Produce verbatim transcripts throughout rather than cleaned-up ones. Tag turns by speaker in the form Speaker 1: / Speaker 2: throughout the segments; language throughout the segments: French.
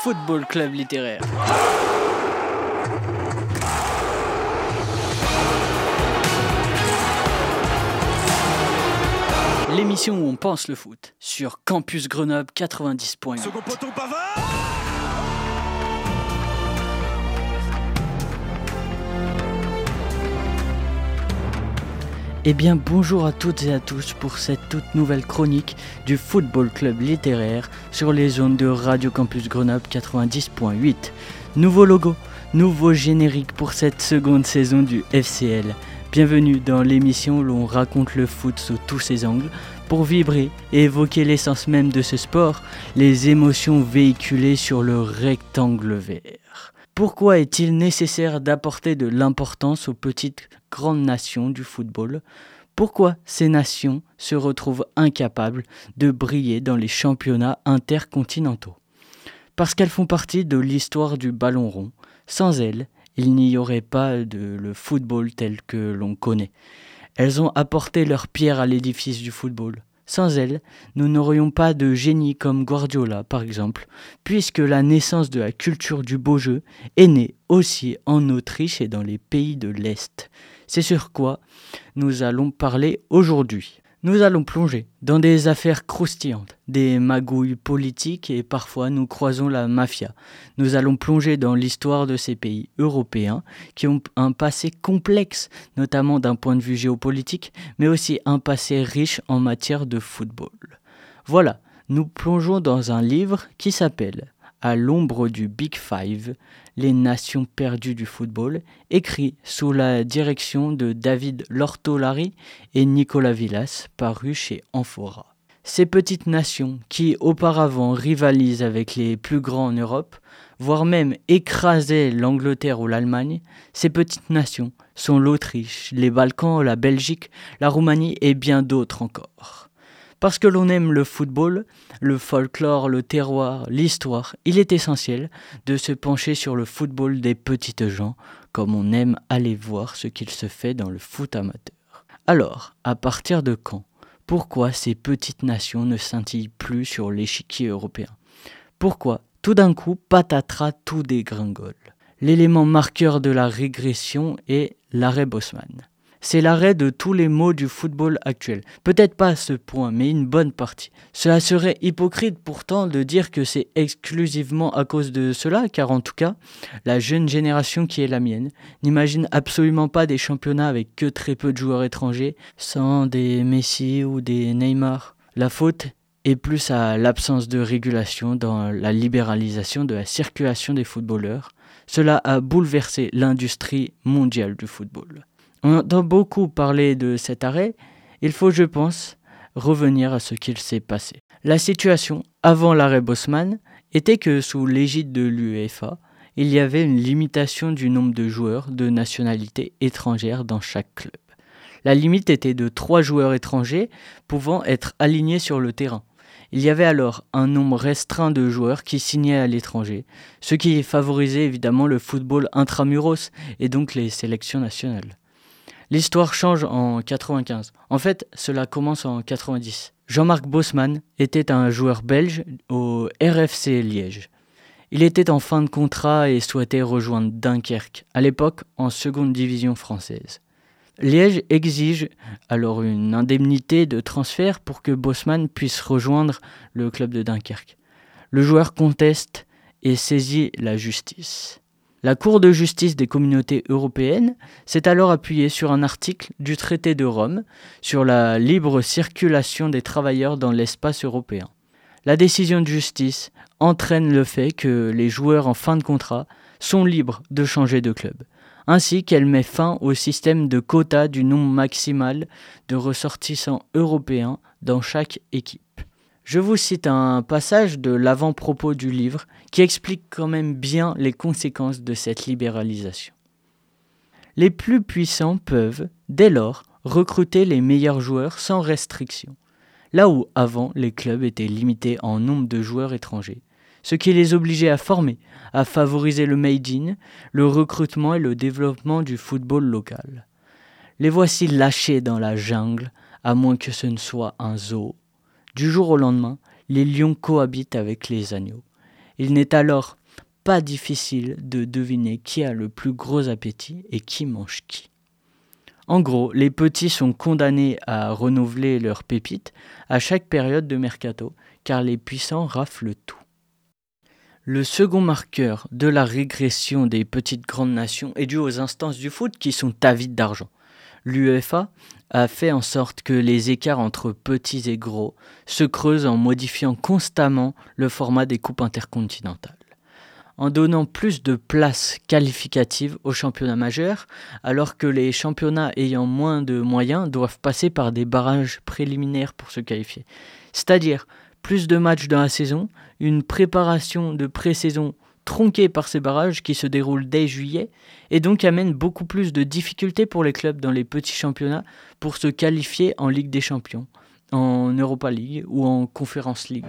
Speaker 1: Football Club littéraire. L'émission où on pense le foot, sur Campus Grenoble quatre-vingt-dix point huit.
Speaker 2: Second poteau, Pavard.
Speaker 1: Eh bien bonjour à toutes et à tous pour cette toute nouvelle chronique du Football Club littéraire sur les ondes de Radio Campus Grenoble quatre-vingt-dix point huit. Nouveau logo, nouveau générique pour cette seconde saison du F C L. Bienvenue dans l'émission où l'on raconte le foot sous tous ses angles pour vibrer et évoquer l'essence même de ce sport, les émotions véhiculées sur le rectangle vert. Pourquoi est-il nécessaire d'apporter de l'importance aux petites grandes nations du football ? Pourquoi ces nations se retrouvent incapables de briller dans les championnats intercontinentaux ? Parce qu'elles font partie de l'histoire du ballon rond. Sans elles, il n'y aurait pas de le football tel que l'on connaît. Elles ont apporté leur pierre à l'édifice du football. Sans elles, nous n'aurions pas de génie comme Guardiola, par exemple, puisque la naissance de la culture du beau jeu est née aussi en Autriche et dans les pays de l'Est. C'est sur quoi nous allons parler aujourd'hui. Nous allons plonger dans des affaires croustillantes, des magouilles politiques et parfois nous croisons la mafia. Nous allons plonger dans l'histoire de ces pays européens qui ont un passé complexe, notamment d'un point de vue géopolitique, mais aussi un passé riche en matière de football. Voilà, nous plongeons dans un livre qui s'appelle « À l'ombre du Big Five, les nations perdues du football », écrit sous la direction de David Lortolari et Nicolas Villas, paru chez Amphora. Ces petites nations qui auparavant rivalisent avec les plus grands en Europe, voire même écrasaient l'Angleterre ou l'Allemagne, ces petites nations sont l'Autriche, les Balkans, la Belgique, la Roumanie et bien d'autres encore. Parce que l'on aime le football, le folklore, le terroir, l'histoire, il est essentiel de se pencher sur le football des petites gens, comme on aime aller voir ce qu'il se fait dans le foot amateur. Alors, à partir de quand ? Pourquoi ces petites nations ne scintillent plus sur l'échiquier européen ? Pourquoi, tout d'un coup, patatras, tout dégringole ? L'élément marqueur de la régression est l'arrêt Bosman. C'est l'arrêt de tous les maux du football actuel. Peut-être pas à ce point, mais une bonne partie. Cela serait hypocrite pourtant de dire que c'est exclusivement à cause de cela, car en tout cas, la jeune génération qui est la mienne n'imagine absolument pas des championnats avec que très peu de joueurs étrangers, sans des Messi ou des Neymar. La faute est plus à l'absence de régulation dans la libéralisation de la circulation des footballeurs. Cela a bouleversé l'industrie mondiale du football. On entend beaucoup parler de cet arrêt, il faut, je pense, revenir à ce qu'il s'est passé. La situation avant l'arrêt Bosman était que sous l'égide de l'UEFA, il y avait une limitation du nombre de joueurs de nationalité étrangère dans chaque club. La limite était de trois joueurs étrangers pouvant être alignés sur le terrain. Il y avait alors un nombre restreint de joueurs qui signaient à l'étranger, ce qui favorisait évidemment le football intramuros et donc les sélections nationales. L'histoire change en quatre-vingt-quinze. En fait, cela commence en quatre-vingt-dix. Jean-Marc Bosman était un joueur belge au R F C Liège. Il était en fin de contrat et souhaitait rejoindre Dunkerque, à l'époque en seconde division française. Liège exige alors une indemnité de transfert pour que Bosman puisse rejoindre le club de Dunkerque. Le joueur conteste et saisit la justice. La Cour de justice des communautés européennes s'est alors appuyée sur un article du traité de Rome sur la libre circulation des travailleurs dans l'espace européen. La décision de justice entraîne le fait que les joueurs en fin de contrat sont libres de changer de club, ainsi qu'elle met fin au système de quota du nombre maximal de ressortissants européens dans chaque équipe. Je vous cite un passage de l'avant-propos du livre qui explique quand même bien les conséquences de cette libéralisation. Les plus puissants peuvent, dès lors, recruter les meilleurs joueurs sans restriction, là où avant les clubs étaient limités en nombre de joueurs étrangers, ce qui les obligeait à former, à favoriser le made-in, le recrutement et le développement du football local. Les voici lâchés dans la jungle, à moins que ce ne soit un zoo. Du jour au lendemain, les lions cohabitent avec les agneaux. Il n'est alors pas difficile de deviner qui a le plus gros appétit et qui mange qui. En gros, les petits sont condamnés à renouveler leurs pépites à chaque période de mercato, car les puissants raflent tout. Le second marqueur de la régression des petites grandes nations est dû aux instances du foot qui sont avides d'argent. L'UEFA a fait en sorte que les écarts entre petits et gros se creusent en modifiant constamment le format des coupes intercontinentales, en donnant plus de places qualificatives aux championnats majeurs, alors que les championnats ayant moins de moyens doivent passer par des barrages préliminaires pour se qualifier. C'est-à-dire plus de matchs dans la saison, une préparation de pré-saison tronquée par ces barrages qui se déroulent dès juillet et donc amène beaucoup plus de difficultés pour les clubs dans les petits championnats pour se qualifier en Ligue des Champions, en Europa League ou en Conference League.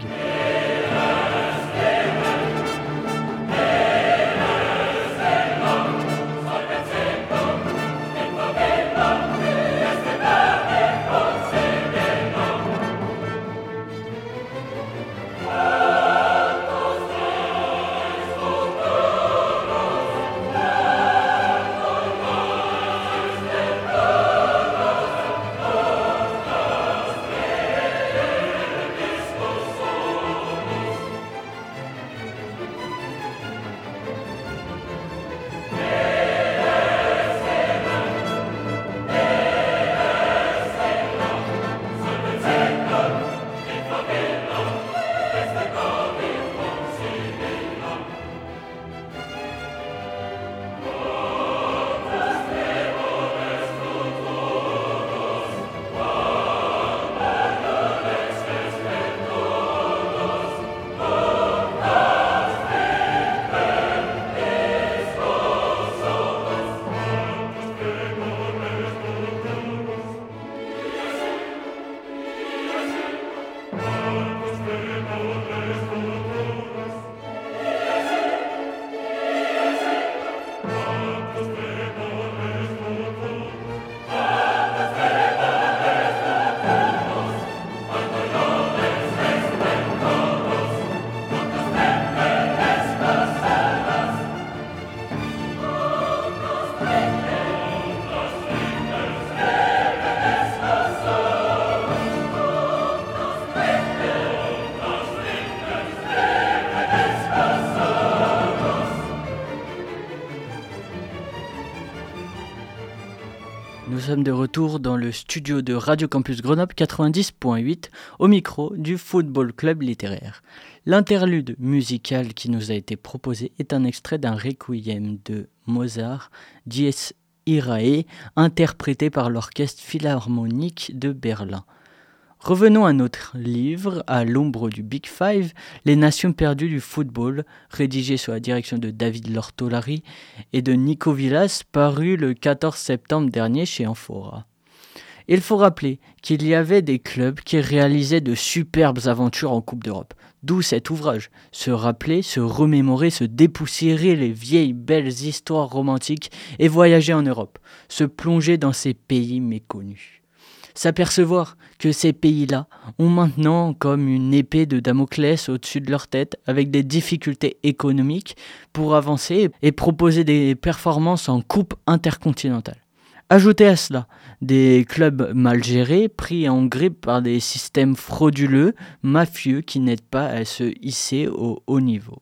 Speaker 1: Nous sommes de retour dans le studio de Radio Campus Grenoble quatre-vingt-dix point huit au micro du Football Club littéraire. L'interlude musical qui nous a été proposé est un extrait d'un requiem de Mozart, Dies Irae, interprété par l'Orchestre Philharmonique de Berlin. Revenons à notre livre, À l'ombre du Big Five, Les nations perdues du football, rédigé sous la direction de David Lortolari et de Nico Villas, paru le quatorze septembre dernier chez Amphora. Il faut rappeler qu'il y avait des clubs qui réalisaient de superbes aventures en Coupe d'Europe. D'où cet ouvrage, se rappeler, se remémorer, se dépoussiérer les vieilles belles histoires romantiques et voyager en Europe, se plonger dans ces pays méconnus. S'apercevoir que ces pays-là ont maintenant comme une épée de Damoclès au-dessus de leur tête avec des difficultés économiques pour avancer et proposer des performances en coupe intercontinentale. Ajoutez à cela des clubs mal gérés, pris en grippe par des systèmes frauduleux, mafieux qui n'aident pas à se hisser au haut niveau.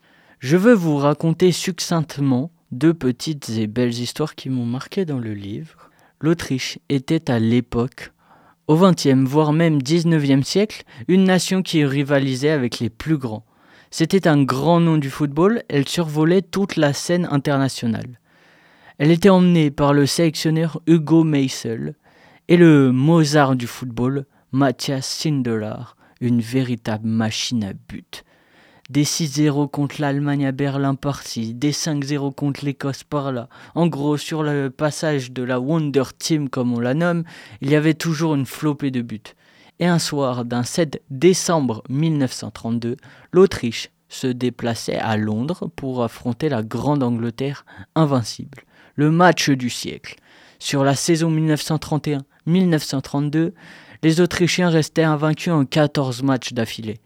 Speaker 1: Je veux vous raconter succinctement deux petites et belles histoires qui m'ont marqué dans le livre. L'Autriche était à l'époque, au vingtième, voire même dix-neuvième siècle, une nation qui rivalisait avec les plus grands. C'était un grand nom du football, elle survolait toute la scène internationale. Elle était emmenée par le sélectionneur Hugo Meisel et le Mozart du football, Matthias Sindelar, une véritable machine à but. Des six zéro contre l'Allemagne à Berlin par-ci, des cinq zéro contre l'Écosse par-là. En gros, sur le passage de la Wonder Team, comme on la nomme, il y avait toujours une flopée de buts. Et un soir d'un sept décembre mille neuf cent trente-deux, l'Autriche se déplaçait à Londres pour affronter la Grande Angleterre invincible. Le match du siècle. Sur la saison mille neuf cent trente et un mille neuf cent trente-deux, les Autrichiens restaient invaincus en quatorze matchs d'affilée.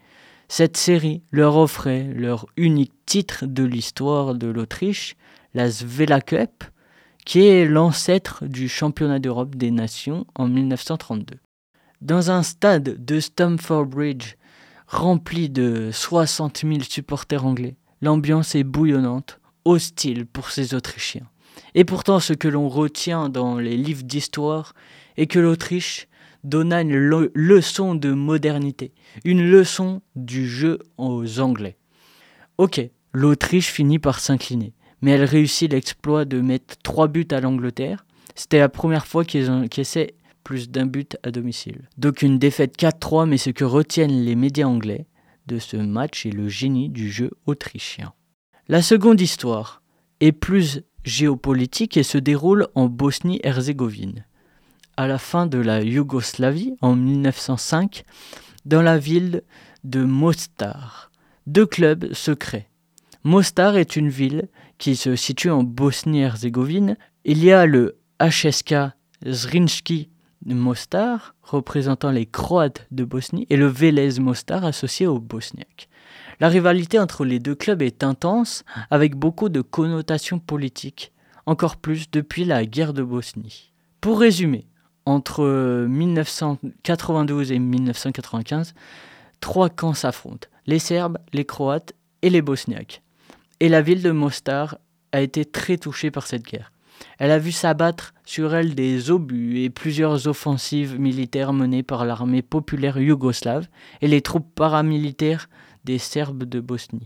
Speaker 1: Cette série leur offrait leur unique titre de l'histoire de l'Autriche, la Svela Cup, qui est l'ancêtre du championnat d'Europe des nations en dix-neuf cent trente-deux. Dans un stade de Stamford Bridge rempli de soixante mille supporters anglais, l'ambiance est bouillonnante, hostile pour ces Autrichiens. Et pourtant, ce que l'on retient dans les livres d'histoire est que l'Autriche donna une le- leçon de modernité, une leçon du jeu aux Anglais. Ok, l'Autriche finit par s'incliner, mais elle réussit l'exploit de mettre trois buts à l'Angleterre. C'était la première fois qu'ils encaissaient plus d'un but à domicile. Donc une défaite quatre trois, mais ce que retiennent les médias anglais de ce match est le génie du jeu autrichien. La seconde histoire est plus géopolitique et se déroule en Bosnie-Herzégovine. À la fin de la Yougoslavie, en dix-neuf cent cinq, dans la ville de Mostar, deux clubs se créent. Mostar est une ville qui se situe en Bosnie-Herzégovine. Il y a le H S K Zrinjski Mostar, représentant les Croates de Bosnie, et le Velez Mostar, associé aux Bosniaques. La rivalité entre les deux clubs est intense, avec beaucoup de connotations politiques, encore plus depuis la guerre de Bosnie. Pour résumer, entre dix-neuf cent quatre-vingt-douze et dix-neuf cent quatre-vingt-quinze, trois camps s'affrontent, les Serbes, les Croates et les Bosniaques. Et la ville de Mostar a été très touchée par cette guerre. Elle a vu s'abattre sur elle des obus et plusieurs offensives militaires menées par l'armée populaire yougoslave et les troupes paramilitaires des Serbes de Bosnie.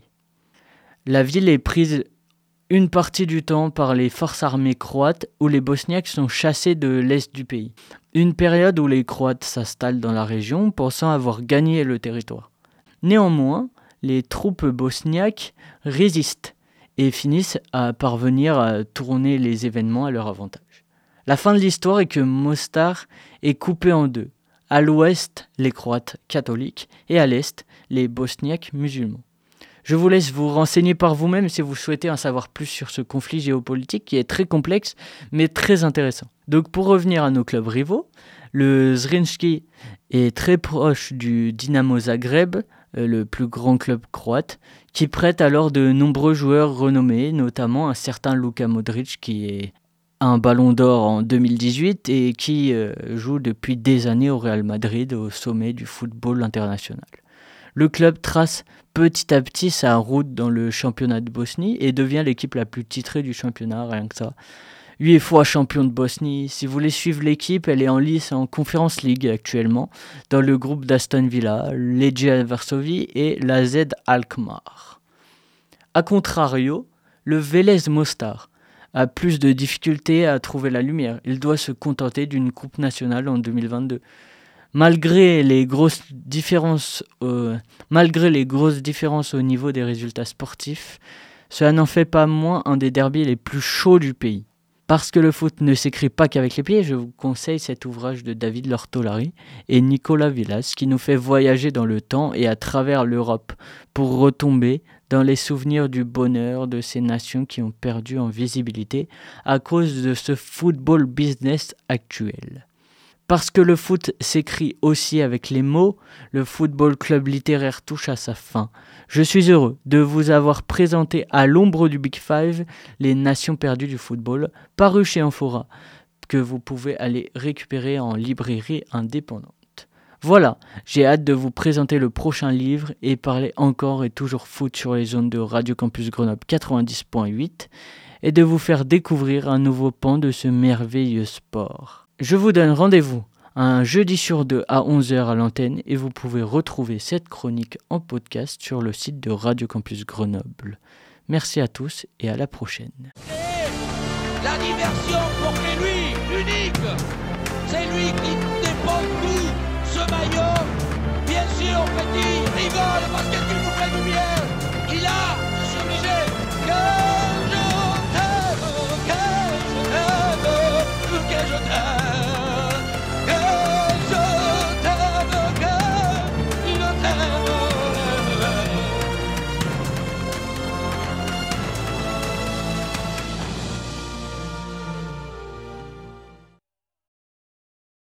Speaker 1: La ville est prise une partie du temps par les forces armées croates où les Bosniaques sont chassés de l'est du pays. Une période où les Croates s'installent dans la région pensant avoir gagné le territoire. Néanmoins, les troupes bosniaques résistent et finissent à parvenir à tourner les événements à leur avantage. La fin de l'histoire est que Mostar est coupé en deux. À l'ouest, les Croates catholiques et à l'est, les Bosniaques musulmans. Je vous laisse vous renseigner par vous-même si vous souhaitez en savoir plus sur ce conflit géopolitique qui est très complexe mais très intéressant. Donc pour revenir à nos clubs rivaux, le Zrinjski est très proche du Dinamo Zagreb, le plus grand club croate, qui prête alors de nombreux joueurs renommés, notamment un certain Luka Modric qui est un ballon d'or en deux mille dix-huit et qui euh, joue depuis des années au Real Madrid au sommet du football international. Le club trace petit à petit sa route dans le championnat de Bosnie et devient l'équipe la plus titrée du championnat, rien que ça. Huit fois champion de Bosnie. Si vous voulez suivre l'équipe, elle est en lice en Conference League actuellement, dans le groupe d'Aston Villa, Legia Varsovie et la Z Alkmaar. A contrario, le Velez Mostar a plus de difficultés à trouver la lumière. Il doit se contenter d'une coupe nationale en deux mille vingt-deux. Malgré les grosses différences, euh, malgré les grosses différences au niveau des résultats sportifs, cela n'en fait pas moins un des derbys les plus chauds du pays. Parce que le foot ne s'écrit pas qu'avec les pieds, je vous conseille cet ouvrage de David Lortolari et Nicolas Villas qui nous fait voyager dans le temps et à travers l'Europe pour retomber dans les souvenirs du bonheur de ces nations qui ont perdu en visibilité à cause de ce football business actuel. Parce que le foot s'écrit aussi avec les mots, le Football Club littéraire touche à sa fin. Je suis heureux de vous avoir présenté à l'ombre du Big Five les nations perdues du football, paru chez Amphora, que vous pouvez aller récupérer en librairie indépendante. Voilà, j'ai hâte de vous présenter le prochain livre et parler encore et toujours foot sur les ondes de Radio Campus Grenoble quatre-vingt-dix point huit et de vous faire découvrir un nouveau pan de ce merveilleux sport. Je vous donne rendez-vous un jeudi sur deux à onze heures à l'antenne et vous pouvez retrouver cette chronique en podcast sur le site de Radio Campus Grenoble. Merci à tous et à la prochaine.
Speaker 2: Et la diversion pour que lui, unique, c'est lui qui dépend tout ce maillot. Bien sûr, petit, rigole parce que tu nous fais du bien.